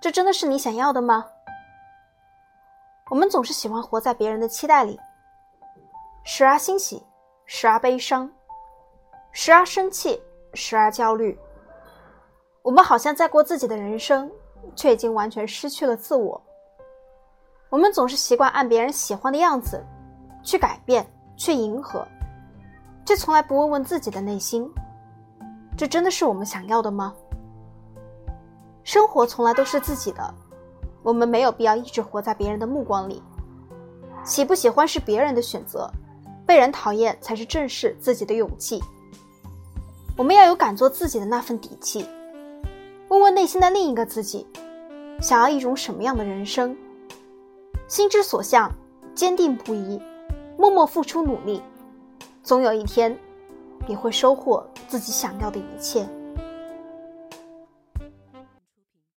这真的是你想要的吗？我们总是喜欢活在别人的期待里，时而欣喜，时而悲伤，时而生气，时而焦虑。我们好像在过自己的人生，却已经完全失去了自我。我们总是习惯按别人喜欢的样子去改变，去迎合，却从来不问问自己的内心，这真的是我们想要的吗？生活从来都是自己的，我们没有必要一直活在别人的目光里。喜不喜欢是别人的选择，被人讨厌才是正视自己的勇气。我们要有敢做自己的那份底气，问问内心的另一个自己，想要一种什么样的人生？心之所向，坚定不移，默默付出努力，总有一天，你会收获自己想要的一切。